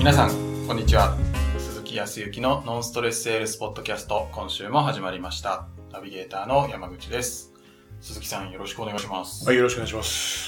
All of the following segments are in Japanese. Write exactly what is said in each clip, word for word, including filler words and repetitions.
皆さんこんにちは。鈴木康之のノンストレスセールスポッドキャスト、今週も始まりました。ナビゲーターの山口です。鈴木さん、よろしくお願いします。 はい、よろしくお願いします。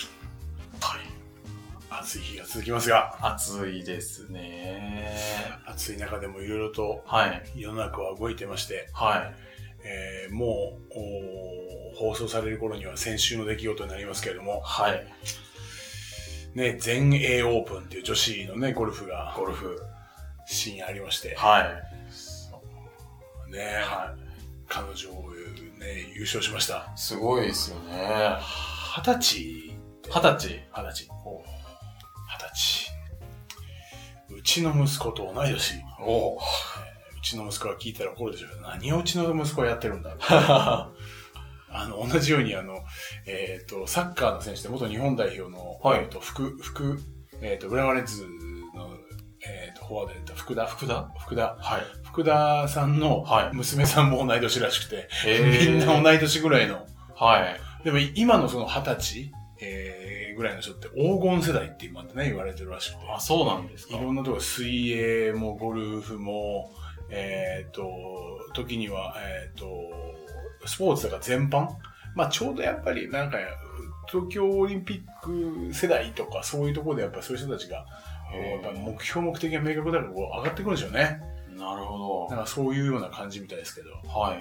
はい、暑い日が続きますが、 暑いですね。 暑い中でもいろいろと世の中は動いてまして、 はい、 えー、もう放送される頃には先週の出来事になりますけれども、 はい、 ね、全英オープンっていう女子のねゴルフがゴルフシーンありまして、 はいね、 はい、 彼女ね優勝しました。 すごいですよね。 二十歳二十歳二十歳二十歳うちの息子と同い年。 おうちの息子が聞いたら怒るでしょうけど、何をうちの息子はやってるんだあの同じようにあの、えっ、ー、とサッカーの選手で元日本代表の、 はい、 えー、と福福えっ、ー、と浦和レッズの、えー、とフォワードでった福田福田福田、 はい、 福田さんの娘さんも同い年らしくて、はい、みんな同い年ぐらいの、 はい、 でも今のその二十歳、えー、ぐらいの人って黄金世代って今ってね言われてるらしくて、 あ、そうなんですか。 いろんなところ水泳もゴルフもえっ、ー、と、時には、えっ、ー、と、スポーツとか全般、まあちょうどやっぱりなんか、東京オリンピック世代とかそういうところでやっぱりそういう人たちが、目標目的が明確だからこう上がってくるんでしょうね。 なるほど。 なんかそういうような感じみたいですけど。 はい。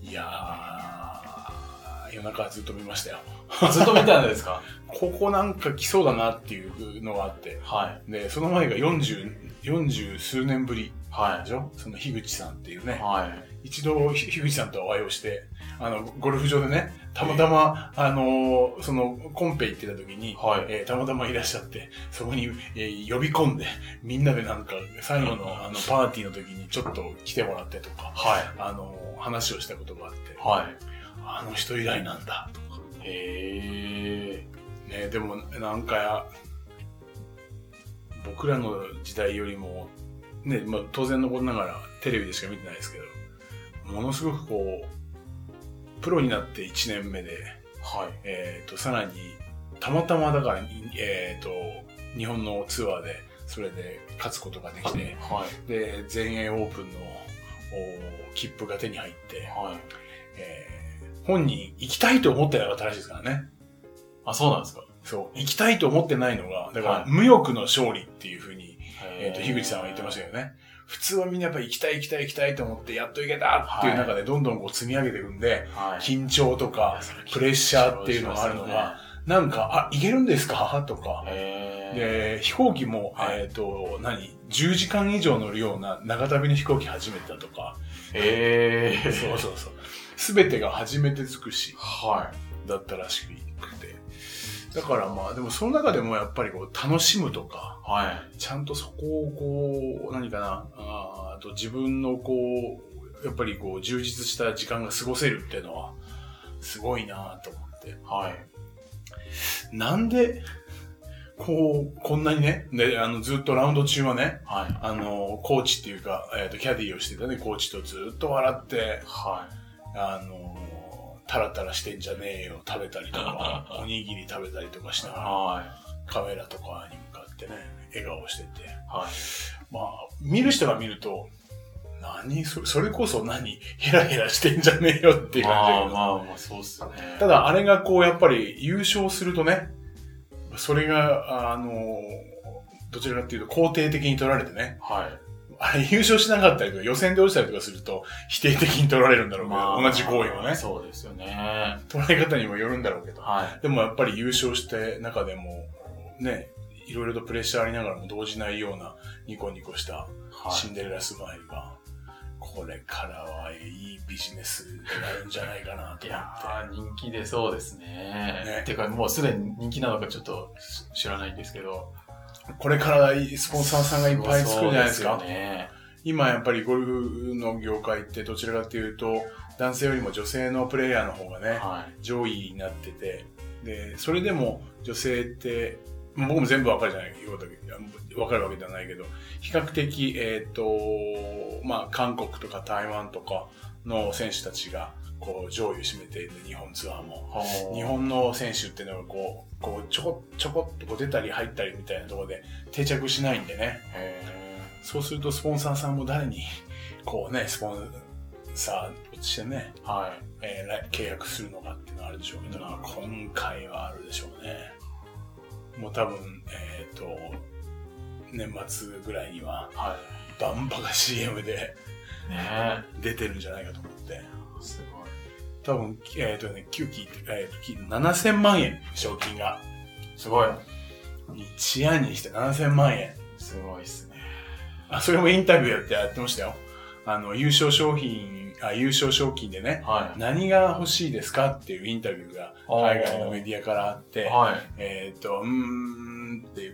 いやー、夜中はずっと見ましたよ。 ずっと見たんですか？ ここなんか来そうだなっていうのがあって。 はい。 で、その前がよんじゅう、よんじゅう数年ぶり。 はい。 でしょ？その樋口さんっていうね。 はい。 一度樋口さんとお会いをして、あの、ゴルフ場でね、たまたま、えー、あの、その、コンペ行ってた時に、はい、えー、たまたまいらっしゃって、そこに、えー、呼び込んで、みんなでなんか、最後の、あの、パーティーの時にちょっと来てもらってとか、はい。あの、話をしたことがあって、はい。あの人以来なんだ、とか。 へー。ね、でも、なんか、僕らの時代よりも、ね、まあ、当然のことながらテレビでしか見てないですけど、ものすごくこうプロになっていちねんめで、はい、えっとさらにたまたまだからえっと日本のツアーでそれで勝つことができて、はい、で全英オープンの切符が手に入って、はい、えー、本人行きたいと思ってなかったらしいですからね。 あ、そうなんですか。 そう、行きたいと思ってないのがだから、はい、無欲の勝利っていう風にえっと、樋口さんは言ってましたよね。普通はみんなやっぱり行きたい行きたい行きたいと思ってやっと行けたっていう中でどんどんこう積み上げていくんで、はい、緊張とかプレッシャーっていうのがあるのが、なんか、あ、行けるんですかとか、で、飛行機も、はい、えっと、何、じゅうじかん以上乗るような長旅の飛行機始めたとか、 えー、 そうそうそう。すべてが初めて尽くし、 はい、 だったらしくて。だからまあ、でもその中でもやっぱりこう楽しむとか、はい、ちゃんとそこをこう、何かな、あと自分のこう、やっぱりこう充実した時間が過ごせるっていうのは、すごいなと思って。はい。なんで、こう、こんなにね、で、あの、ずっとラウンド中はね、はい、あの、コーチっていうか、えっと、キャディーをしてたね、コーチとずっと笑って、はい、あの、タラタラしてんじゃねえよ食べたりとかおにぎり食べたりとかしながら、はい、カメラとかに向かってね笑顔してて、はい、まあ見る人が見ると何それ、それこそ何ヘラヘラしてんじゃねえよっていう感じだけど、 まあまあまあそうっすね。 ただあれがこうやっぱり優勝するとね、それがあのどちらかっていうと肯定的に取られてね、はい、あれ優勝しなかったりとか予選で落ちたりとかすると否定的に取られるんだろうけど、まあ、同じ行為をね。 そうですよね。 捉え方にもよるんだろうけど。 はい、 でもやっぱり優勝して中でもね、いろいろとプレッシャーありながらも動じないようなニコニコしたシンデレラスマイルが、はい、これからはいいビジネスになるんじゃないかなと思って。いやー、人気出そうですね。ね。てかもうすでに人気なのかちょっと知らないんですけど。 これからスポンサーさんがいっぱい作るじゃないですか。 そうですよね。 今やっぱりゴルフの業界ってどちらかというと男性よりも女性のプレイヤーの方がね、はい、上位になってて、でそれでも女性って僕も全部わかるじゃないわかるわけではないけど比較的えっとまあ韓国とか台湾とかの選手たちが、こう、上位を占めている日本ツアーも。日本の選手っていうのが、こう、こう、ちょこ、ちょこっとこう出たり入ったりみたいなところで定着しないんでね。そうすると、スポンサーさんも誰に、こうね、スポンサーとしてね、はい、えー、契約するのかっていうのがあるでしょうけど、今回はあるでしょうね。もう多分、えっと、年末ぐらいには、はい、バンバが シーエム で、ね、出てるんじゃないかと思って。すごい。多分、えっとね、きゅうき、えっと、ななせんまんえん、賞金が。 すごい。 一夜にしてななせんまんえん。 すごいっすね。 あ、それもインタビューやってやってましたよ。あの、優勝商品、あ、優勝賞金でね、はい、何が欲しいですかっていうインタビューが海外のメディアからあって、はい、えっと、うーんって言って、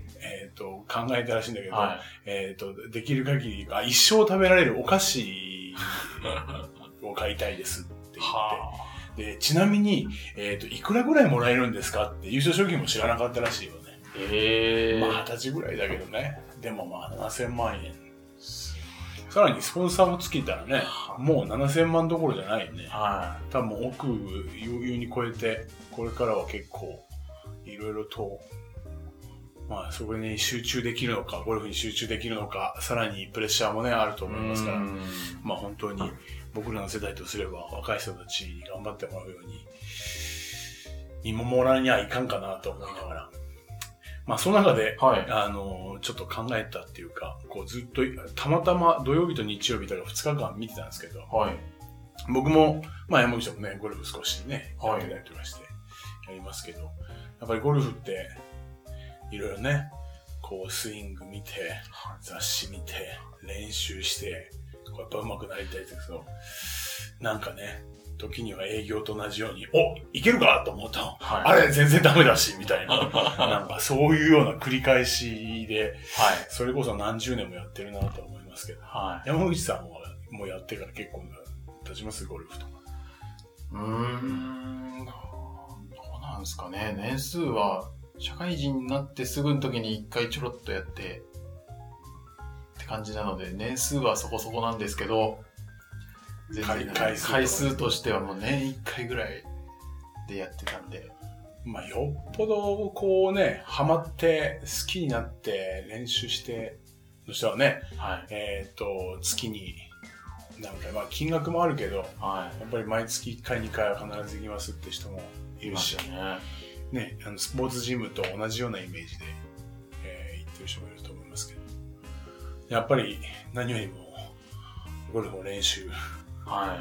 えっと、考えたらしいんだけど、はい、えっと、できる限り、あ、一生食べられるお菓子を買いたいですって言って、で、ちなみに、えっと、いくらぐらいもらえるんですかって優勝賞金も知らなかったらしいよね。へー。まあ、二十歳ぐらいだけどね。でもまあ、ななせんまんえん。さらにスポンサーもつけたらね、もうななせんまんどころじゃないよね。はい。多分奥余裕に超えて、これからは結構、いろいろと、まあ、そこに集中できるのか、ゴルフに集中できるのか、さらにプレッシャーもね、あると思いますから、まあ本当に僕らの世代とすれば、若い人たちに頑張ってもらうように、見守らにはいかんかなと思いながら、まあその中で、はい、あの、ちょっと考えたっていうか、こうずっと、たまたま土曜日と日曜日とかふつかかん見てたんですけど、はい、僕も、まあ山口さんもね、ゴルフ少しね、やってたりとかしてやりますけど、やっぱりゴルフって、いろいろね、こうスイング見て、雑誌見て、練習して、こうやっぱ上手くなりたいですけど、なんかね、時には営業と同じように、お、いけるかと思うと、はい、あれ全然ダメだし、みたいな。なんかそういうような繰り返しで、はい、それこそ何十年もやってるなと思いますけど、はい、山口さんはもうやってから結構経ちますゴルフとか。 うーん、どうなんですかね。年数は、社会人になってすぐの時に一回ちょろっとやって、って感じなので、年数はそこそこなんですけど、全然回数、回数としてはもう年一回ぐらいでやってたんで。 まあ、よっぽどこうね、ハマって好きになって練習しての人はね、はい、えっと、月になんかまあ金額もあるけど、はい、やっぱり毎月いっかいにかいは必ず行きますって人もいるし、ね、ね、あのスポーツジムと同じようなイメージで、えー、行ってる人もいると思いますけど、やっぱり何よりもゴルフの練習、 はい。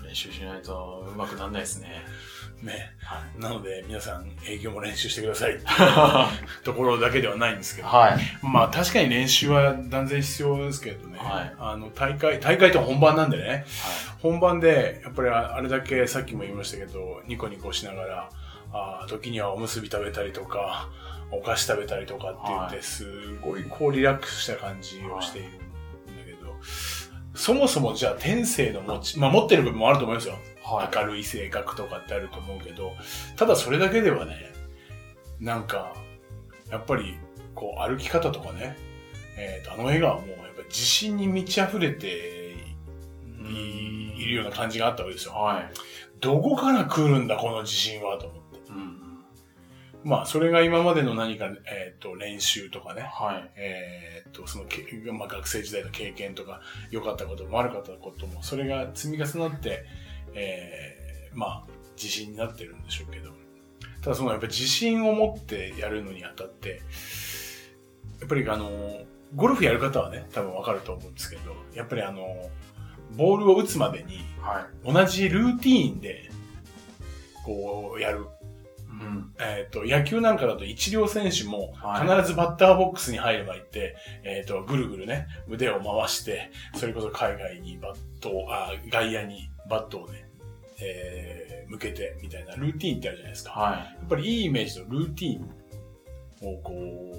練習しないと上手くならないですね。 ね。はい、なので皆さん営業も練習してくださいっていうところだけではないんですけど。はい。まあ確かに練習は断然必要ですけどね。はい。あの大会、大会って本番なんでね。はい。本番でやっぱりあれだけさっきも言いましたけど、ニコニコしながら、あ時にはおむすび食べたりとか、お菓子食べたりとかって言って、すごいこうリラックスした感じをしているんだけど、そもそもじゃあ天性の持ち、まあ持ってる部分もあると思いますよ。はい、明るい性格とかってあると思うけど、ただそれだけではね、なんか、やっぱりこう歩き方とかね、えっと、あの笑顔もやっぱり自信に満ち溢れて い, いるような感じがあったわけですよ。はい、どこから来るんだこの自信はと思って。うん、まあそれが今までの何か、えっと練習とかね、はい、えっとそのまあ、学生時代の経験とか良かったことも悪かったこともそれが積み重なって、えー、まあ自信になってるんでしょうけど、ただそのやっぱり自信を持ってやるのにあたってやっぱりあのゴルフやる方はね多分わかると思うんですけど、やっぱりあのボールを打つまでに同じルーティーンでこうやる。うん、えっと、野球なんかだと一両選手も必ずバッターボックスに入ればいって、はい、えっと、ぐるぐるね、腕を回して、それこそ海外にバットを、あ、外野にバットをね、えー、向けてみたいなルーティーンってあるじゃないですか。はい、やっぱりいいイメージのルーティーンをこ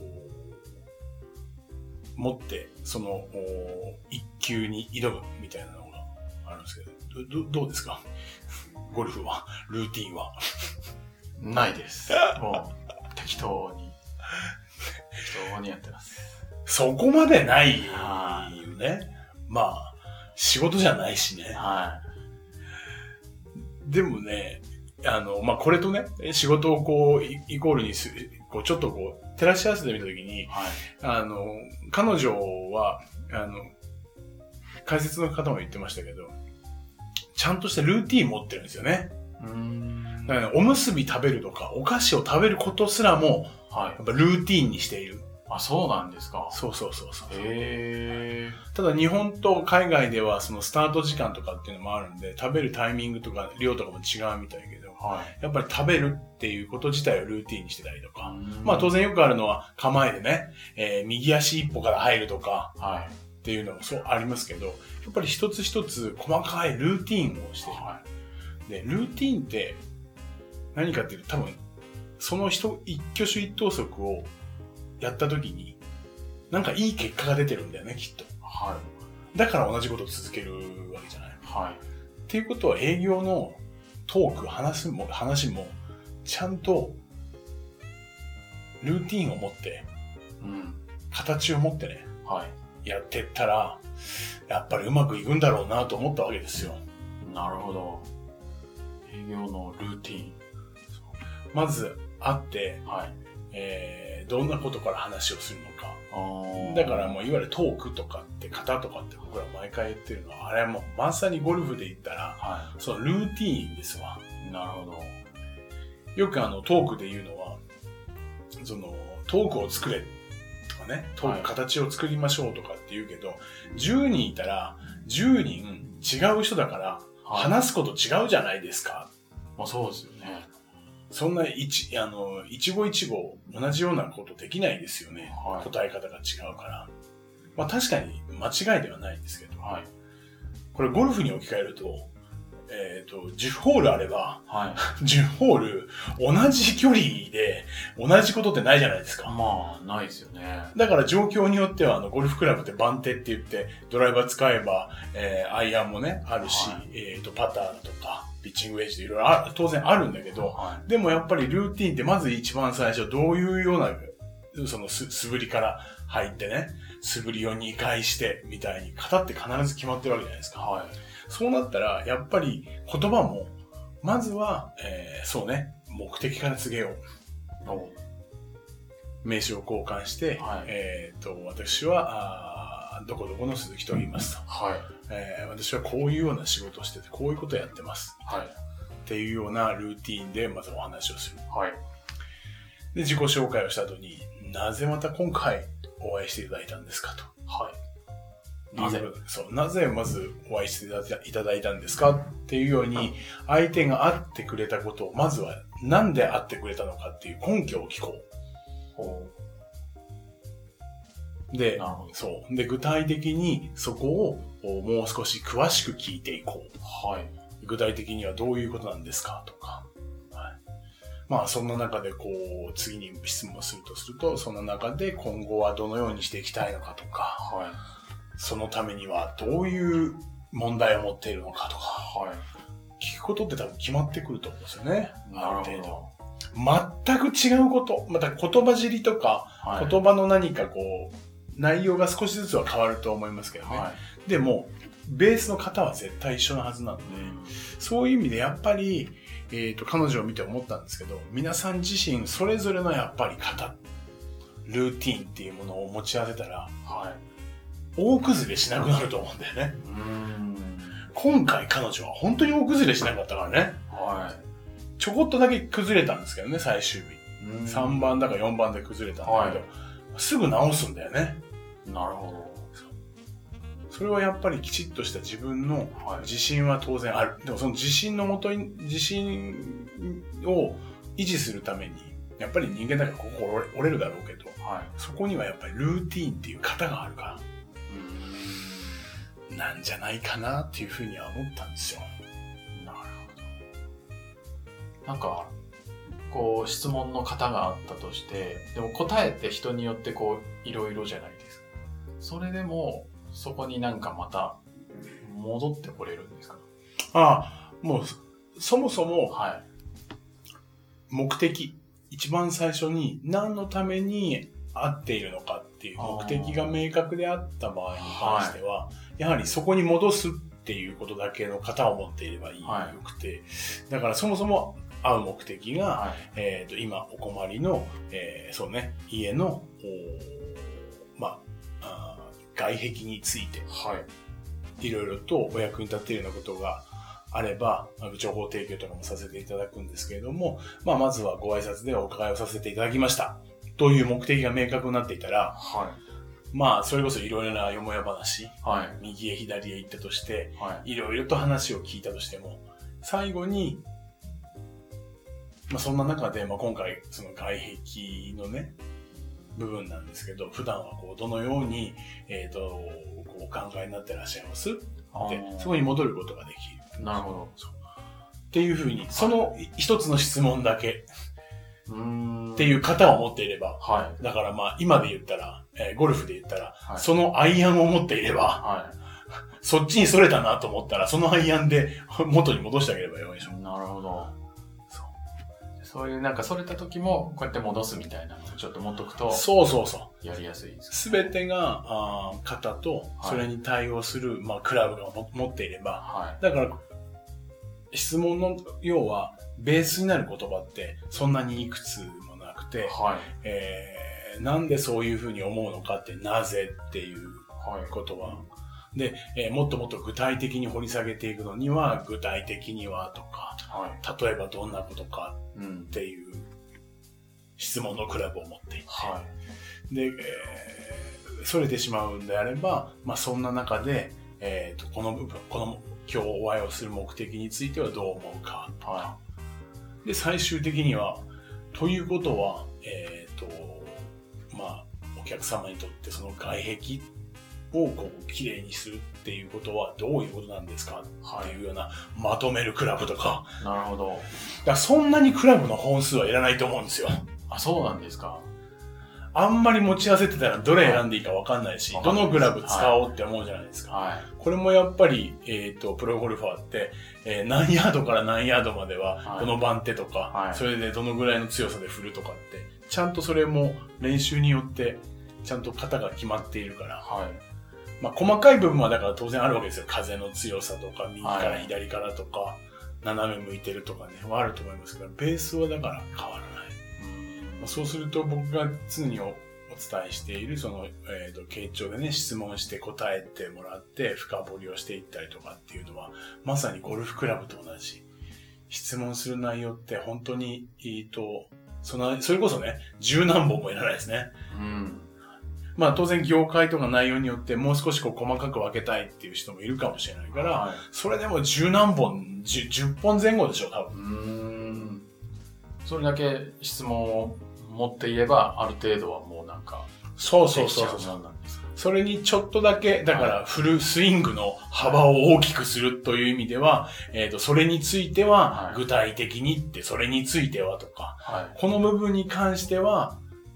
う、持って、その、一球に挑むみたいなのがあるんですけど、ど、どうですか？ゴルフは、ルーティーンは。 ないです。もう、適当に、適当にやってます。 そこまでないよね。まあ、 仕事じゃないしね。 はでもね、あの、まあ、これとね、仕事をこう、イコールにする、こう、ちょっとこう、照らし合わせてみたときに、 はい。 あの、彼女は、あの、解説の方も言ってましたけど、ちゃんとしたルーティーン持ってるんですよね。 うーん。 だからね、おむすび食べるとか、お菓子を食べることすらも、 はい。 やっぱルーティーンにしている。 あ、そうなんですか。 そうそうそうそう。 へー。 ただ日本と海外ではそのスタート時間とかっていうのもあるんで、食べるタイミングとか量とかも違うみたいけど、 はやっぱり食べるっていうこと自体をルーティーンにしてたりとか、 い。 まあ当然よくあるのは構えでね、えー、右足一歩から入るとかはっていうのもそうありますけど、やっぱり一つ一つ細かいルーティーンをしてい。 る。 はで、ルーティーンって何かっていうと多分、その人一挙手一投足をやった時に、なんかいい結果が出てるんだよね、きっと。 い。はだから同じことを続けるわけじゃない。 い。はい。 っていうことは営業のトーク、話も、話も、ちゃんと、ルーティンを持って、 うん。 形を持ってね、 はい。 やってったら、やっぱりうまくいくんだろうなと思ったわけですよ。 なるほど。営業のルーティン。 まず、会って、 はい。 えー、どんなことから話をするのか。 あーだからもういわゆるトークとかって型とかって僕ら毎回言ってるのは、あれはもうまさにゴルフで言ったら、 はそのルーティーンですわ。 い。なるほど。 よくあのトークで言うのは、そのトークを作れとかね、トーク形を作りましょうとかって言うけど、じゅうにんいたらじゅうにん違う人だからはい話すこと違うじゃないですか。 まあそうですよね。 そんな一、あの、一語一語同じようなことできないですよね。 はい答え方が違うから。まあ確かに間違いではないんですけど、 はい。 これゴルフに置き換えると、えっと、じゅうホールあれば、 はじゅうホール同じ距離で同じことってないじゃないですい。 か。 まあ、ないですよね。 だから状況によっては、あの、ゴルフクラブって番手って言って、ドライバー使えば、えー、アイアンもね、あるし、 はいえっと、パターとか、ピッチングウェッジでいろいろあ当然あるんだけど、 はでもやっぱりルーティンってまず一番最初どういうような、そのす素振りから入ってね、素振りをにかいしてみたいに、型って必ず決まってるわけじゃないですか。 い。はい。 そうなったら、やっぱり言葉も、まずは、えー、そうね、目的から告げよう。 お名刺を交換して、 はいえっと、私は、あどこどこの鈴木と言いますと、 はい。 えー。私はこういうような仕事をしてて、こういうことをやってます。 はい。 っていうようなルーティーンで、まずお話をする。 はい。 で、自己紹介をした後に、なぜまた今回お会いしていただいたんですかと。 はい。なぜそう、なぜまずお会いしていただいたんですかっていうように、相手が会ってくれたことを、まずはなんで会ってくれたのかっていう根拠を聞こほう。でなるほ、どそう。で、具体的にそこをもう少し詳しく聞いていこう。はい。 う。具体的にはどういうことなんですかとか。はい、まあ、そんな中でこう、次に質問するとすると、その中で今後はどのようにしていきたいのかとか、 はい。 そのためにはどういう問題を持っているのかとか、 はい。 聞くことって多分決まってくると思うんですよね。 なるある程度。 ほ全く違うこと、また言葉尻とか、 ど。はい。 言葉の何かこう、内容が少しずつは変わると思いますけどね。 はでも、ベースの型は絶対一緒なはずなので、 い。 そういう意味でやっぱり、えっと、彼女を見て思ったんですけど、皆さん自身それぞれのやっぱり型、ルーティンっていうものを持ち合わせたら、 はい。 大崩れしなくなると思うんだよね。 うーん。 今回彼女は本当に大崩れしなかったからね。 はちょこっとだけ崩れたんですけどね、最終日。 い。 さんばんだかよんばんで崩れたんだけど、 はすぐ直すんだよね。 なるほそれはやっぱりきちっとした自分のど。はい。 自信は当然ある。でもその自信のもとに、自信を維持するために、やっぱり人間だから心折れ折れるだろうけど、 はい。 そこにはやっぱりルーティーンっていう型があるかうーん。 ら、なんじゃないかなっていうふうには思ったんですよ。 なるほど。なんか、こう、質問の型があったとして、でも答えって人によってこう、いろいろじゃないですか。それでも、そこになんかまた、戻ってこれるんですか？ ああ、もう、そもそも、 はい。 目的、一番最初に何のために会っているのかっていう目的が明確であった場合に関しては、 やはりそこに戻すっていうことだけの型を持っていればいい、 はい、 よくて、だからそもそも会う目的が、 はい、 えっと、今お困りの、えー、そうね、家の、まあ、あ外壁について、 はい、 いろいろとお役に立てるようなことがあれば、情報提供とかもさせていただくんですけれども、まあ、まずはご挨拶でお伺いをさせていただきました。という目的が明確になっていたら、 はい、 まあ、それこそいろいろなよもや話、 はい、 右へ左へ行ったとして、 はい、 いろいろと話を聞いたとしても、最後に、まあ、そんな中で、まあ、今回、その外壁のね、部分なんですけど、普段はこう、どのように、えっと、こう、お考えになってらっしゃいますで、そこに戻ることができる。 なるほど。 そうっていうふうに、その一つの質問だけ、 うーんっていう型を持っていれば、 はい。 だからまあ、今で言ったら、えーゴルフで言ったら、 はい、 そのアイアンを持っていれば、 はい、 そっちにそれたなと思ったら、そのアイアンで元に戻してあげればよいでしょ。 なるほど。そう。そういうなんか、それた時も、こうやって戻すみたいなのをちょっと持っとくと、 そうそうそう。 やりやすいです。 すべてが、あ型と、それに対応する、はい、まあ、クラブが持っていれば、 はい、 だから、質問の要は、ベースになる言葉って、そんなにいくつもなくて、 はい、 えー、なんでそういうふうに思うのかって、なぜっていうことは、 はい、 で、えー、もっともっと具体的に掘り下げていくのには、具体的にはとか、 はい、 例えばどんなことかっていう質問のクラブを持っていって、 はい、 で、えー、それてしまうんであれば、まあそんな中で、えーと、この部分、この今日お会いをする目的についてはどう思うかとか、はい、で、最終的には、ということは、えーと、まあ、お客様にとってその外壁をこう綺麗にするっていうことはどういうことなんですかっていうような、まとめるクラブとか。 なるほど。だからそんなにクラブの本数はいらないと思うんですよ。 あ、そうなんですか。 あんまり持ち合わせてたらどれ選んでいいか分かんないし、はい、どのグラブ使おうって思うじゃないですか。はい、これもやっぱり、えっと、プロゴルファーって、えー、何ヤードから何ヤードまでは、この番手とか、はい、それでどのぐらいの強さで振るとかって、ちゃんとそれも練習によって、ちゃんと型が決まっているから、はい、まあ細かい部分はだから当然あるわけですよ。風の強さとか、右から左からとか、はい、斜め向いてるとかね、はあると思いますけど、ベースはだから変わらない。まあ、そうすると僕が常に お, お伝えしているその、えーと、傾聴でね、質問して答えてもらって深掘りをしていったりとかっていうのは、まさにゴルフクラブと同じ。質問する内容って本当にいいと、その、それこそね、十何本もいらないですね。うん。まあ当然業界とか内容によってもう少しこう細かく分けたいっていう人もいるかもしれないから、はい、それでも十何本、十、十本前後でしょ、多分。うーん。 それだけ質問を持っていれば、ある程度はもうなんか、 そうそうそうそう。それにちょっとだけ、だから振るスイングの幅を大きくするという意味では、はい、えっと、それについては具体的にって、それについてはとか、はい、この部分に関しては、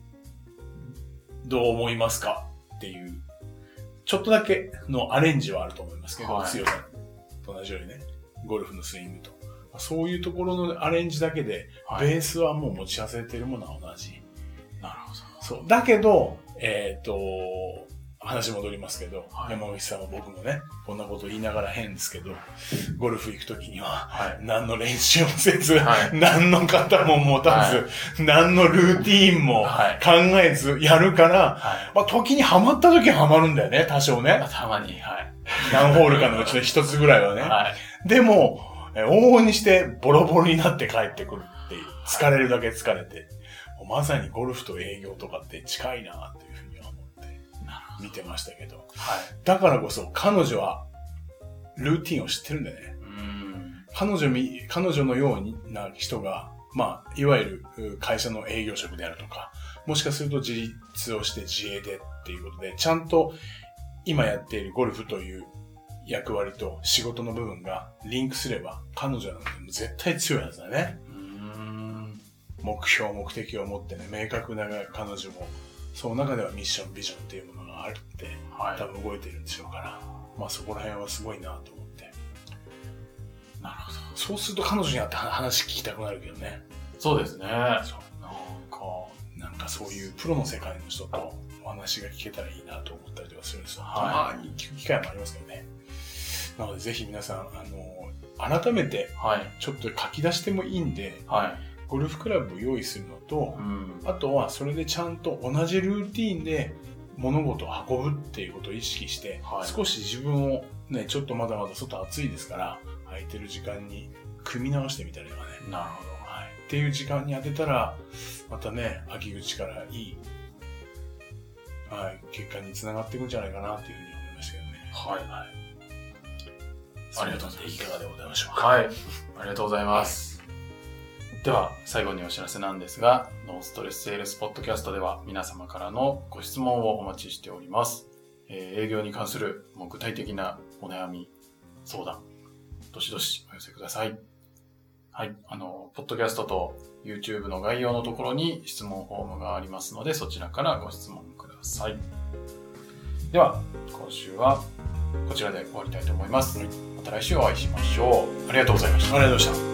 どう思いますかっていう、ちょっとだけのアレンジはあると思いますけど、はい、強さと同じようにね、ゴルフのスイングと。そういうところのアレンジだけで、はい、ベースはもう持ち合わせているものは同じ。 なるほど。 そう。だけど、えっと、話戻りますけど、はい、山口さんも僕もね、こんなこと言いながら変ですけど、ゴルフ行くときには、はい、何の練習もせず、はい、何の型も持たず、はい、何のルーティーンも考えずやるから、はい、まあ、時にハマった時はハマるんだよね、多少ね。 まあ、たまに、はい。 何ホールかのうちの一つぐらいはね。はい、でも、往々にしてボロボロになって帰ってくるっていう。疲れるだけ疲れて。まさにゴルフと営業とかって近いなっていうふうには思って見てましたけど。はい、だからこそ彼女はルーティンを知ってるんだよね。うん彼女み、彼女のような人が、まあ、いわゆる会社の営業職であるとか、もしかすると自立をして自営でっていうことで、ちゃんと今やっているゴルフという役割と仕事の部分がリンクすれば、彼女は絶対強いはずだね。うーん目標、目的を持ってね、明確な彼女も、その中ではミッション、ビジョンっていうものがあるって、はい、多分動いてるんでしょうから、まあそこら辺はすごいなと思って。なるほど。そうすると彼女に会って話聞きたくなるけどね。 そうですね。そう。 なんか、なんかそういうプロの世界の人と、 お話が聞けたらいいなと思ったりとかするんですよ。 はい、 たまに聞く機会もありますけどね。なのでぜひ皆さん、あの、改めて、ちょっと書き出してもいいんで、はい、ゴルフクラブを用意するのと、うん、あとはそれでちゃんと同じルーティーンで物事を運ぶっていうことを意識して、はい、少し自分をね、ちょっとまだまだ外暑いですから、空いてる時間に組み直してみたりとかね。 なるほど。 はい。っていう時間に当てたら、またね、秋口からいい、はい、結果につながっていくんじゃないかなっていうふうに思いましたけどね。 はい。はい、 ありがとうございます。いかがでございましょうか。 はい。ありがとうございます。はい、では、最後にお知らせなんですが、ノーストレスセールスポッドキャストでは皆様からのご質問をお待ちしております。えー、営業に関するもう具体的なお悩み、相談、どしどしお寄せください。はい。あの、ポッドキャストと YouTube の概要のところに質問フォームがありますので、そちらからご質問ください。では、今週はこちらで終わりたいと思います。また来週お会いしましょう。ありがとうございました。 ありがとうございました。